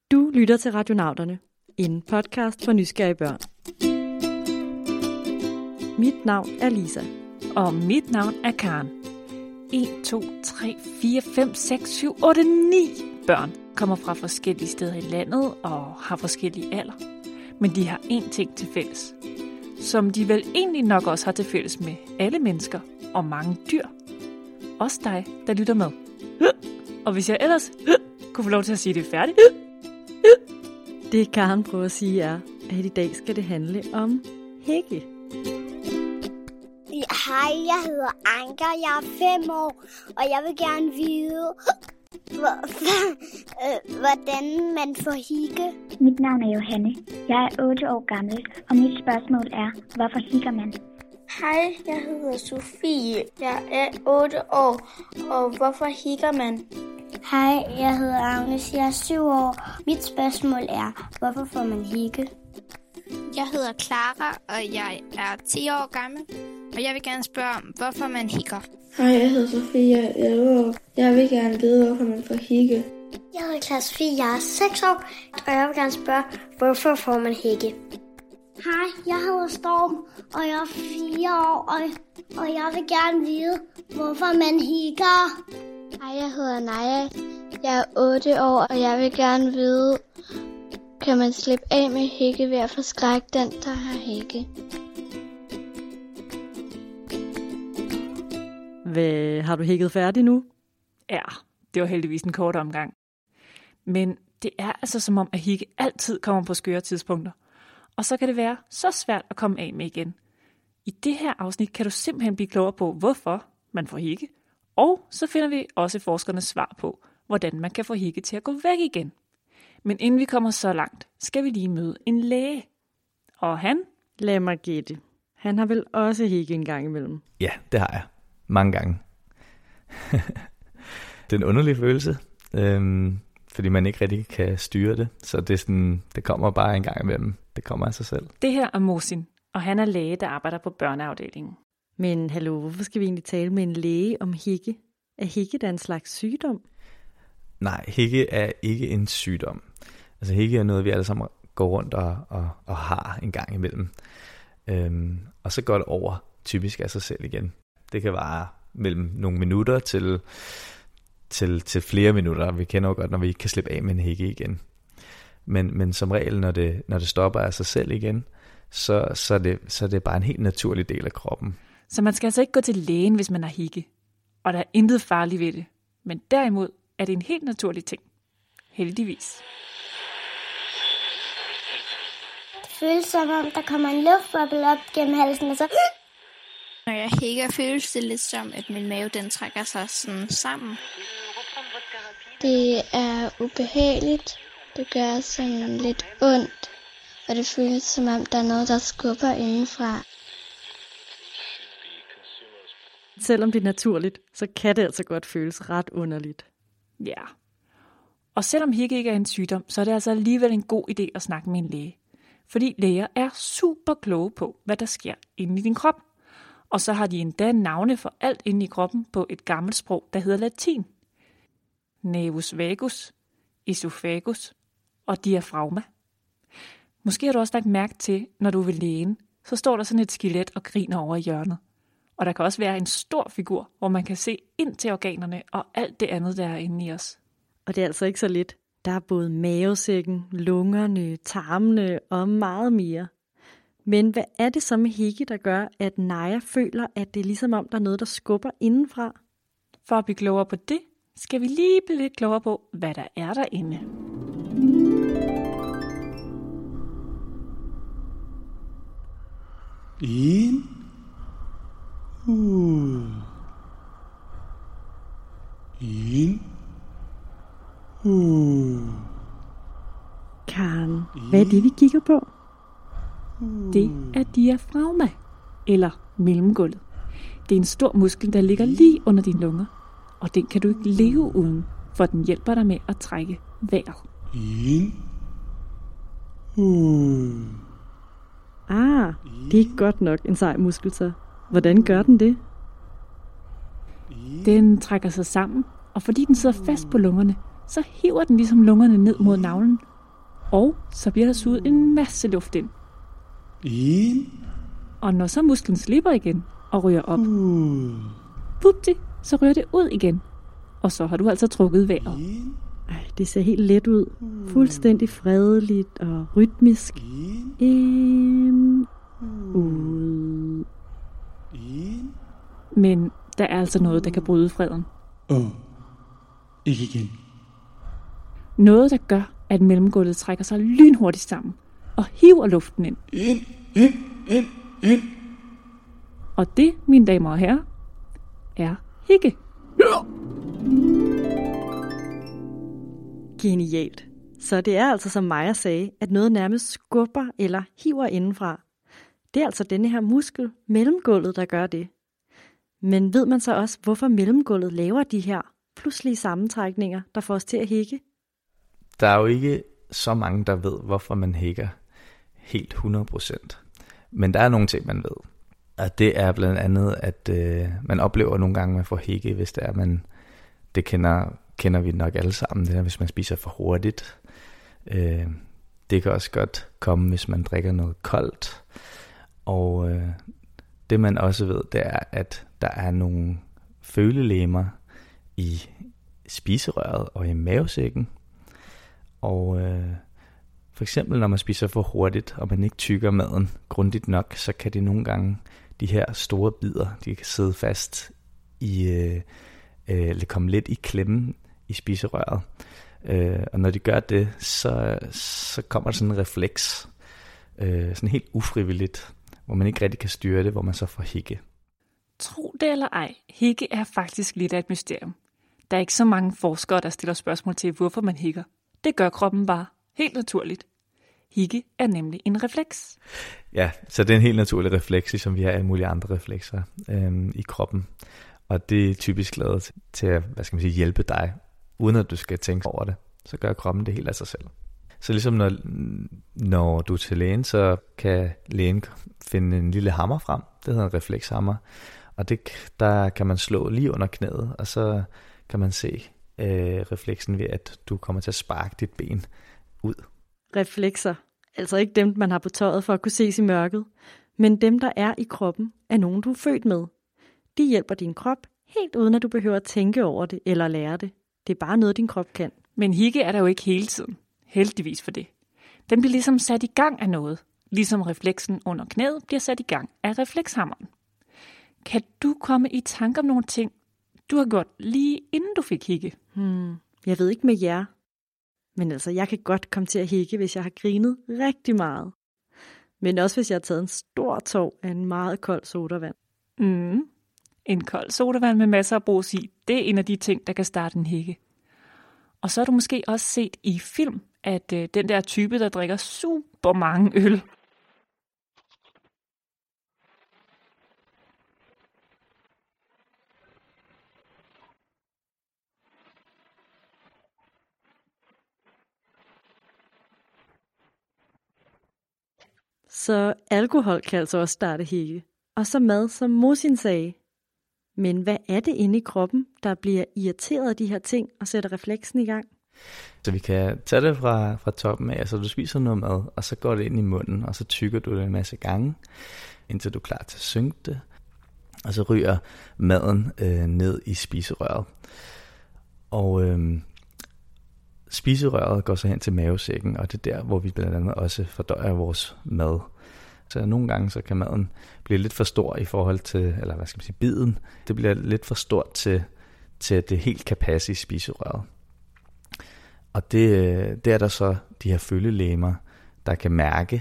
Du lytter til Radionauterne, en podcast for nysgerrige børn. Mit navn er Lisa. Og mit navn er Karen. 1, 2, 3, 4, 5, 6, 7, 8, 9 børn kommer fra forskellige steder i landet og har forskellige alder. Men de har én ting til fælles, som de vel egentlig nok også har til fælles med alle mennesker og mange dyr. Også dig, der lytter med. Og hvis jeg ellers kunne få lov til at sige det færdigt. Det Karen prøver at sige er, at i dag skal det handle om hække. Hej, jeg hedder Anker, jeg er 5 år, og jeg vil gerne vide, hvordan man får hikke. Mit navn er Johanne. Jeg er 8 år gammel, og mit spørgsmål er, hvorfor hikker man? Hej, jeg hedder Sofie. Jeg er 8 år, og hvorfor hikker man? Hej, jeg hedder Agnes, jeg er 7 år. Mit spørgsmål er, hvorfor får man hikke? Jeg hedder Clara, og jeg er 10 år gammel, og jeg vil gerne spørge, hvorfor man hikker. Hej, jeg hedder Sofie, jeg er 11 år. Jeg vil gerne vide, hvorfor man får hikke. Jeg hedder Clara Sofie, jeg er 6 år, og jeg vil gerne spørge, hvorfor får man hikke? Hej, jeg hedder Storm, og jeg er 4 år, og jeg vil gerne vide, hvorfor man hikker. Hej, jeg hedder Naja. Jeg er 8 år, og jeg vil gerne vide, kan man slippe af med hikke ved at forskrække den, der har hikke? Har du hækket færdig nu? Ja, det var heldigvis en kort omgang. Men det er altså som om, at hikke altid kommer på skøre tidspunkter. Og så kan det være så svært at komme af med igen. I det her afsnit kan du simpelthen blive klogere på, hvorfor man får hikke. Og så finder vi også forskernes svar på, hvordan man kan få hikke til at gå væk igen. Men inden vi kommer så langt, skal vi lige møde en læge. Og han? Lad mig gætte. Han har vel også hikke en gang imellem? Ja, det har jeg. Mange gange. Det er en underlig følelse, fordi man ikke rigtig kan styre det. Så det, er sådan, det kommer bare en gang imellem. Det kommer af sig selv. Det her er Mosin, og han er læge, der arbejder på børneafdelingen. Men hallo, hvorfor skal vi egentlig tale med en læge om hikke? Er hikke da en slags sygdom? Nej, hikke er ikke en sygdom. Altså hikke er noget, vi alle sammen går rundt og har en gang imellem. Og så går det over typisk af sig selv igen. Det kan vare mellem nogle minutter til flere minutter. Vi kender jo godt, når vi ikke kan slippe af med en hikke igen. Men som regel, når det stopper af sig selv igen, så er det bare en helt naturlig del af kroppen. Så man skal altså ikke gå til lægen, hvis man har hikke. Og der er intet farligt ved det. Men derimod er det en helt naturlig ting. Heldigvis. Det føles som om, der kommer en luftboble op gennem halsen, og så... Når jeg hikker, føles det lidt som, at min mave den trækker sig sådan sammen. Det er ubehageligt. Det gør sådan lidt ondt. Og det føles som om, der er noget, der skubber indenfra. Selvom det er naturligt, så kan det altså godt føles ret underligt. Ja. Og selvom hikke ikke er en sygdom, så er det altså alligevel en god idé at snakke med en læge. Fordi læger er super kloge på, hvad der sker inde i din krop. Og så har de endda navne for alt inde i kroppen på et gammelt sprog, der hedder latin. Nervus vagus, esophagus og diafragma. Måske har du også lagt mærke til, når du er ved lægen, så står der sådan et skelet og griner over i hjørnet. Og der kan også være en stor figur, hvor man kan se ind til organerne og alt det andet, der er inde i os. Og det er altså ikke så lidt. Der er både mavesækken, lungerne, tarmene og meget mere. Men hvad er det så med hikke, der gør, at Naja føler, at det er ligesom om, der er noget, der skubber indenfra? For at blive klogere på det, skal vi lige blive lidt klogere på, hvad der er derinde. Ind. Ud. Ind. Ud. Karen, hvad er det, vi kigger på? Det er diafragma, eller mellemgulvet. Det er en stor muskel, der ligger lige under dine lunger, og den kan du ikke leve uden, for den hjælper dig med at trække vejret. Ind. Ud. Det er godt nok en sej muskel så. Hvordan gør den det? Den trækker sig sammen, og fordi den sidder fast på lungerne, så hiver den ligesom lungerne ned mod navlen Og så bliver der suget en masse luft ind. Ind. Og når så musklen slipper igen og ryger op, pupti, så ryger det ud igen. Og så har du altså trukket vejret. Ej, det ser helt let ud. Fuldstændig fredeligt og rytmisk. Ind, ud. Men der er altså noget, der kan bryde freden. Ikke igen. Noget, der gør, at mellemgulvet trækker sig lynhurtigt sammen og hiver luften ind. Ind. Og det, mine damer og herrer, er hikke. Genialt. Så det er altså, som Maja sagde, at noget nærmest skubber eller hiver indenfra. Det er altså denne her muskel, mellemgulvet, der gør det. Men ved man så også, hvorfor mellemgulvet laver de her pludselige sammentrækninger, der får os til at hikke? Der er jo ikke så mange, der ved, hvorfor man hikker helt 100%. Men der er nogle ting, man ved. Og det er blandt andet, at man oplever nogle gange, at man får hikke, hvis det er, det kender vi nok alle sammen, det er, hvis man spiser for hurtigt. Det kan også godt komme, hvis man drikker noget koldt. Og det man også ved, det er, at der er nogle følelemmer i spiserøret og i mavesækken. Og for eksempel når man spiser for hurtigt, og man ikke tykker maden grundigt nok, så kan det nogle gange, de her store bidder, de kan sidde fast i, eller komme lidt i klemme i spiserøret. Og når de gør det, så kommer der sådan en refleks, sådan helt ufrivilligt, hvor man ikke rigtig kan styre det, hvor man så får hikke. Tro det eller ej, hikke er faktisk lidt af et mysterium. Der er ikke så mange forskere, der stiller spørgsmål til, hvorfor man hikker. Det gør kroppen bare helt naturligt. Hikke er nemlig en refleks. Ja, så det er en helt naturlig refleks, ligesom vi har alle mulige andre reflekser i kroppen. Og det er typisk lavet til at hjælpe dig, uden at du skal tænke over det. Så gør kroppen det helt af sig selv. Så ligesom når du er til lægen, så kan lægen finde en lille hammer frem. Det hedder en reflekshammer. Og der kan man slå lige under knæet, og så kan man se refleksen ved, at du kommer til at sparke dit ben ud. Reflekser, altså ikke dem, man har på tøjet for at kunne ses i mørket, men dem, der er i kroppen, er nogen, du er født med. De hjælper din krop, helt uden at du behøver at tænke over det eller lære det. Det er bare noget, din krop kan. Men hikke er der jo ikke hele tiden. Heldigvis for det. Den bliver ligesom sat i gang af noget. Ligesom refleksen under knæet bliver sat i gang af reflekshammeren. Kan du komme i tanke om nogle ting, du har gjort lige inden du fik hikke? Jeg ved ikke med jer. Men altså, jeg kan godt komme til at hikke, hvis jeg har grinet rigtig meget. Men også hvis jeg har taget en stor tår af en meget kold sodavand. En kold sodavand med masser af brus i, det er en af de ting, der kan starte en hikke. Og så har du måske også set i film, at den der type, der drikker super mange øl. Så alkohol kan altså også starte hikke. Og så mad, som Mosin sagde. Men hvad er det inde i kroppen, der bliver irriteret af de her ting og sætter refleksen i gang? Så vi kan tage det fra toppen af, altså du spiser noget mad, og så går det ind i munden, og så tykker du det en masse gange, indtil du er klar til at synke det. Og så ryger maden ned i spiserøret. Og spiserøret går så hen til mavesækken, og det er der, hvor vi blandt andet også fordøjer vores mad. Så nogle gange så kan maden blive lidt for stor i forhold til, eller biden, det bliver lidt for stort til at det helt kan passe i spiserøret. Og det er der så de her følelemmer, der kan mærke,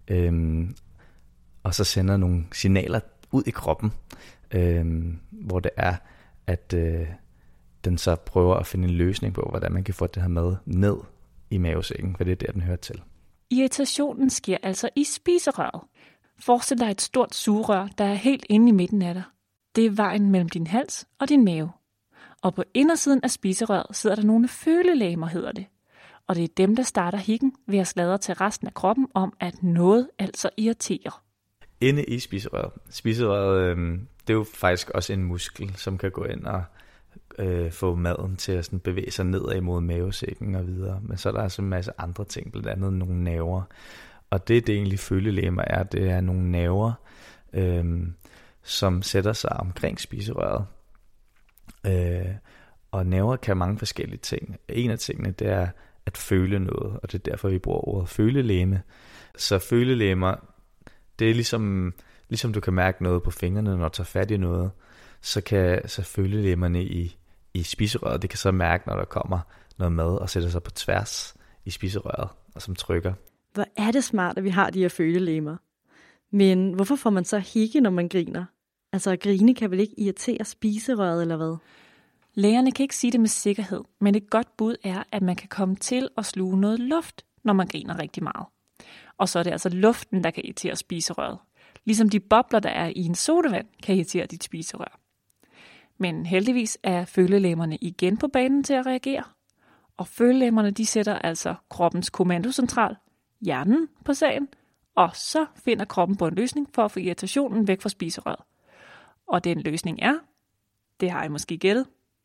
og så sender nogle signaler ud i kroppen, hvor det er, at den så prøver at finde en løsning på, hvordan man kan få det her mad ned i mavesækken, for det er der, den hører til. Irritationen sker altså i spiserøret. Forestil dig et stort sugerør, der er helt inde i midten af dig. Det er vejen mellem din hals og din mave. Og på indersiden af spiserøret sidder der nogle følelemmer, hedder det. Og det er dem, der starter hikken ved at sladre til resten af kroppen om, at noget altså irriterer. Inde i spiserøret. Spiserøret, det er jo faktisk også en muskel, som kan gå ind få maden til at sådan bevæge sig nedad imod mavesækken og videre. Men så er der altså en masse andre ting, blandt andet nogle nerver. Og det egentlig følelemmer er, det er nogle nerver, som sætter sig omkring spiserøret. Og nerver kan mange forskellige ting. En af tingene, det er at føle noget, og det er derfor, vi bruger ordet følelemme. Så følelemmer, det er ligesom du kan mærke noget på fingrene, når du tager fat i noget, så følelemmerne i spiserøret, det kan så mærke, når der kommer noget mad og sætter sig på tværs i spiserøret, og som trykker. Hvor er det smart, at vi har de her følelemmer. Men hvorfor får man så hikke, når man griner? Altså at grine kan vel ikke irritere spiserøret, eller hvad? Lægerne kan ikke sige det med sikkerhed, men et godt bud er, at man kan komme til at sluge noget luft, når man griner rigtig meget. Og så er det altså luften, der kan irritere spiserøret. Ligesom de bobler, der er i en sodavand, kan irritere dit spiserør. Men heldigvis er følelemmerne igen på banen til at reagere. Og følelemmerne, de sætter altså kroppens kommandocentral, hjernen, på sagen, og så finder kroppen på en løsning for at få irritationen væk fra spiserøret. Og den løsning er, det har I måske gættet.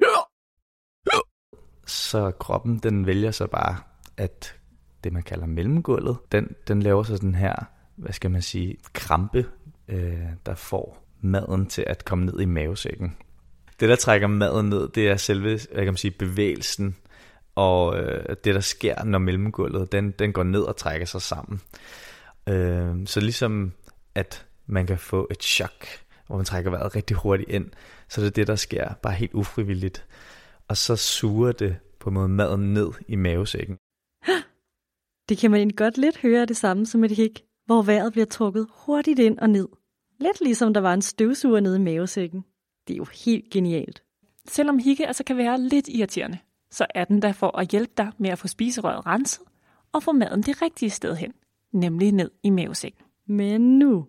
Så kroppen, den vælger så bare, at det man kalder mellemgulvet, den laver så den her, krampe, der får maden til at komme ned i mavesækken. Det, der trækker maden ned, det er selve, bevægelsen, og det, der sker, når mellemgulvet, den går ned og trækker sig sammen. Så ligesom, at man kan få et chok, hvor man trækker vejret rigtig hurtigt ind, så det er det, der sker, bare helt ufrivilligt. Og så suger det på en måde maden ned i mavesækken. Det kan man egentlig godt lidt høre det samme som et hik, hvor vejret bliver trukket hurtigt ind og ned. Lidt ligesom der var en støvsuger nede i mavesækken. Det er jo helt genialt. Selvom hikke altså kan være lidt irriterende, så er den der for at hjælpe dig med at få spiserøret renset og få maden det rigtige sted hen, nemlig ned i mavesækken. Men nu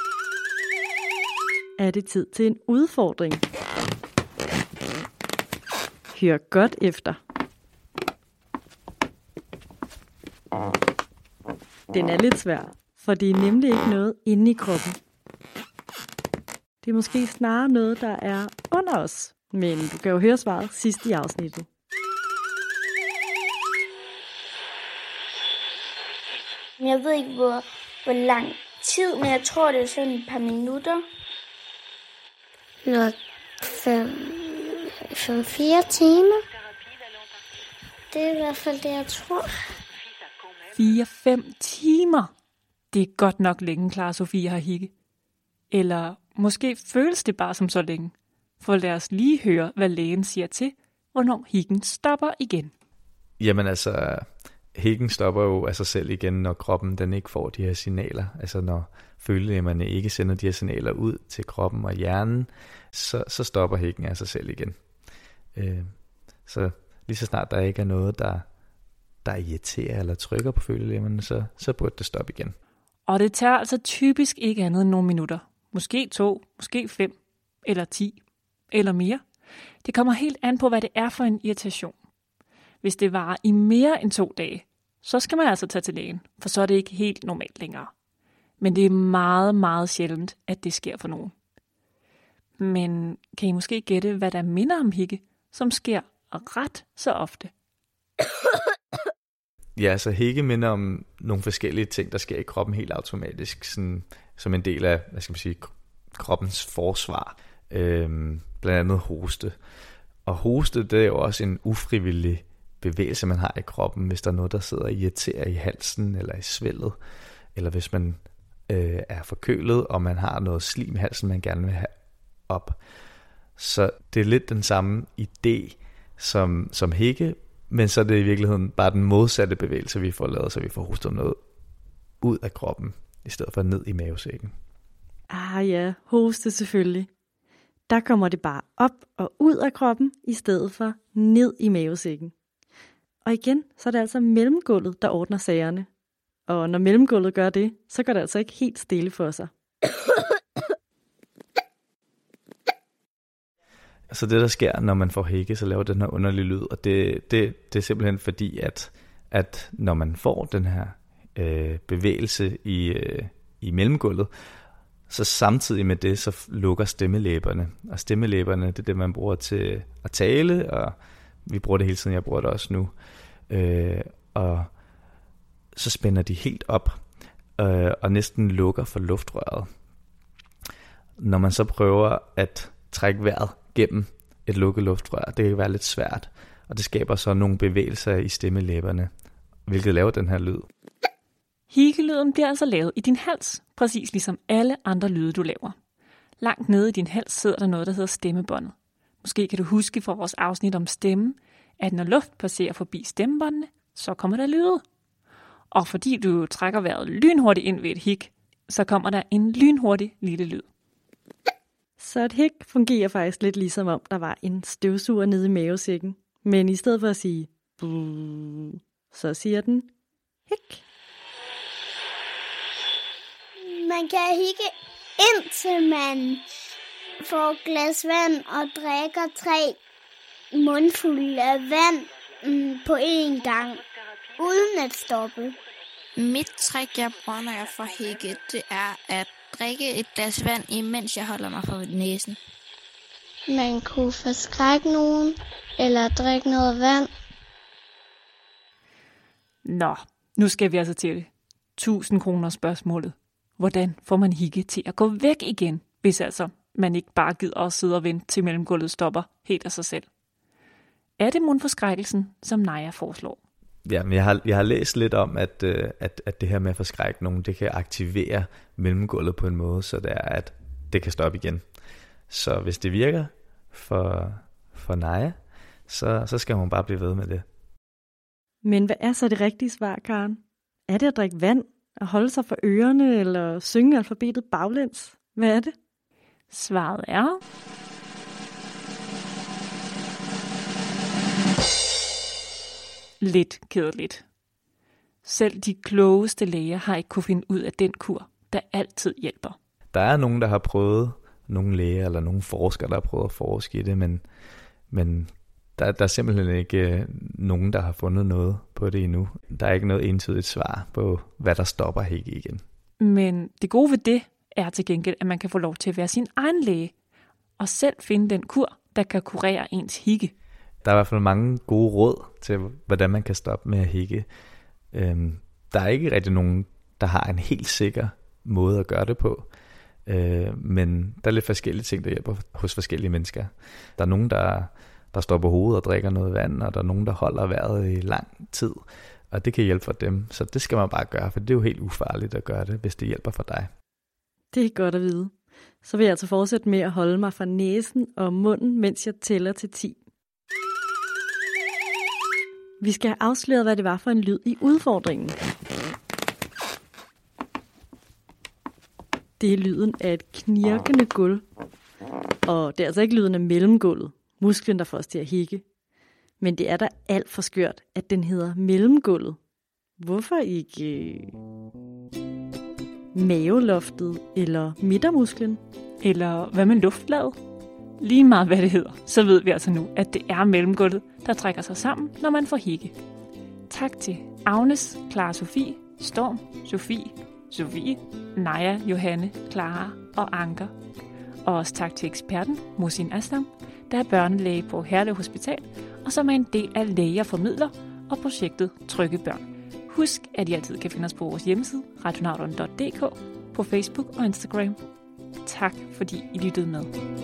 er det tid til en udfordring. Hør godt efter. Den er lidt svær, for det er nemlig ikke noget inde i kroppen. Det er måske snarere noget, der er under os, men du kan jo høre svaret sidst i afsnittet. Jeg ved ikke, hvor lang tid, men jeg tror, det er sådan et par minutter. Nok 4 timer. Det er i hvert fald det, jeg tror. 4-5 timer? Det er godt nok længe, Clara Sofie har hikke. Eller måske føles det bare som så længe. For lad os lige høre, hvad lægen siger til, hvornår hikken stopper igen. Jamen altså, hikken stopper jo af sig selv igen, når kroppen den ikke får de her signaler. Altså når følelemmerne ikke sender de her signaler ud til kroppen og hjernen, så stopper hikken af sig selv igen. Så lige så snart der ikke er noget, der irriterer eller trykker på følelemmerne, så burde det stoppe igen. Og det tager altså typisk ikke andet end nogle minutter. Måske 2, måske 5, eller 10, eller mere. Det kommer helt an på, hvad det er for en irritation. Hvis det varer i mere end 2 dage, så skal man altså tage til lægen, for så er det ikke helt normalt længere. Men det er meget, meget sjældent, at det sker for nogen. Men kan I måske gætte, hvad der minder om hikke, som sker ret så ofte? Ja, så hikke minder om nogle forskellige ting, der sker i kroppen helt automatisk, sådan, som en del af, kroppens forsvar. Blandt andet hoste. Og hoste, det er jo også en ufrivillig bevægelse, man har i kroppen, hvis der er noget, der sidder og irriterer i halsen eller i svældet, eller hvis man er forkølet, og man har noget slim i halsen, man gerne vil have op. Så det er lidt den samme idé som hikke, men så er det i virkeligheden bare den modsatte bevægelse, vi får lavet, så vi får hostet noget ud af kroppen, i stedet for ned i mavesækken. Ah ja, hoste selvfølgelig. Der kommer det bare op og ud af kroppen, i stedet for ned i mavesækken. Og igen, så er det altså mellemgulvet, der ordner sagerne. Og når mellemgulvet gør det, så går det altså ikke helt stille for sig. Så det, der sker, når man får hikke, så laver den her underlige lyd, og det er simpelthen fordi, at når man får den her bevægelse i mellemgulvet, Så samtidig med det, så lukker stemmelæberne. Og stemmelæberne, det er det, man bruger til at tale, og vi bruger det hele tiden, jeg bruger det også nu. Og så spænder de helt op, og næsten lukker for luftrøret. Når man så prøver at trække vejret gennem et lukket luftrør, det kan være lidt svært, og det skaber så nogle bevægelser i stemmelæberne, hvilket laver den her lyd. Higgelyden bliver altså lavet i din hals, præcis ligesom alle andre lyde, du laver. Langt nede i din hals sidder der noget, der hedder stemmebåndet. Måske kan du huske fra vores afsnit om stemmen, at når luft passerer forbi stemmebåndene, så kommer der lyde. Og fordi du trækker vejret lynhurtigt ind ved et hik, så kommer der en lynhurtig lille lyd. Så et hik fungerer faktisk lidt ligesom om, der var en støvsuger nede i mavesækken. Men i stedet for at sige buh, så siger den hik. Man kan hikke indtil man får et glas vand og drikker 3 mundfulde af vand på én gang, uden at stoppe. Mit trick, jeg bruger, når jeg får hikke, det er at drikke et glas vand, imens jeg holder mig for næsen. Man kunne forskrække nogen, eller drikke noget vand. Nå, nu skal vi altså til det. 1000 kroner spørgsmålet. Hvordan får man hikke til at gå væk igen, hvis altså man ikke bare gider at sidde og vente til mellemgulvet stopper helt af sig selv? Er det mundforskrækkelsen, som Naja foreslår? Ja, men jeg har læst lidt om, at det her med at forskrække nogen, det kan aktivere mellemgulvet på en måde, så det er, at det kan stoppe igen. Så hvis det virker for Naja, så skal hun bare blive ved med det. Men hvad er så det rigtige svar, Karen? Er det at drikke vand, at holde sig for ørerne, eller synge alfabetet baglæns? Hvad er det? Svaret er... lidt kedeligt. Selv de klogeste læger har ikke kunne finde ud af den kur, der altid hjælper. Der er nogen, der har prøvet, nogle læger eller nogle forskere, der har prøvet at forske i det, men der er simpelthen ikke nogen, der har fundet noget på det endnu. Der er ikke noget entydigt svar på, hvad der stopper hikke igen. Men det gode ved det er til gengæld, at man kan få lov til at være sin egen læge, og selv finde den kur, der kan kurere ens hikke. Der er i hvert fald mange gode råd til, hvordan man kan stoppe med at hikke. Der er ikke rigtig nogen, der har en helt sikker måde at gøre det på. Men der er lidt forskellige ting, der hjælper hos forskellige mennesker. Der er nogen, der står på hovedet og drikker noget vand, og der er nogen, der holder vejret i lang tid. Og det kan hjælpe for dem. Så det skal man bare gøre, for det er jo helt ufarligt at gøre det, hvis det hjælper for dig. Det er godt at vide. Så vil jeg altså fortsætte med at holde mig fra næsen og munden, mens jeg tæller til 10. Vi skal have afsløret, hvad det var for en lyd i udfordringen. Det er lyden af et knirkende gulv. Og det er altså ikke lyden af mellemgulvet, musklen, der får os til at hikke. Men det er da alt for skørt, at den hedder mellemgulvet. Hvorfor ikke maveloftet eller midtermusklen? Eller hvad med luftlaget? Lige meget hvad det hedder, så ved vi altså nu, at det er mellemgulvet, der trækker sig sammen, når man får hikke. Tak til Agnes, Clara Sofie, Storm, Sofie, Naja, Johanne, Clara og Anker. Og også tak til eksperten, Musin Aslam, der er børnelæge på Herlev Hospital, og som er en del af Læger Formidler og projektet Trygge Børn. Husk, at I altid kan finde os på vores hjemmeside, radionauterne.dk, på Facebook og Instagram. Tak fordi I lyttede med.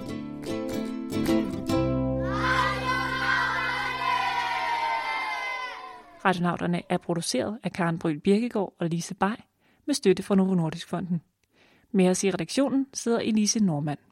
Radionauterne er produceret af Karen Bryl Birkegaard og Lise Bay med støtte fra Novo Nordisk Fonden. Med os i redaktionen sidder Elise Normann.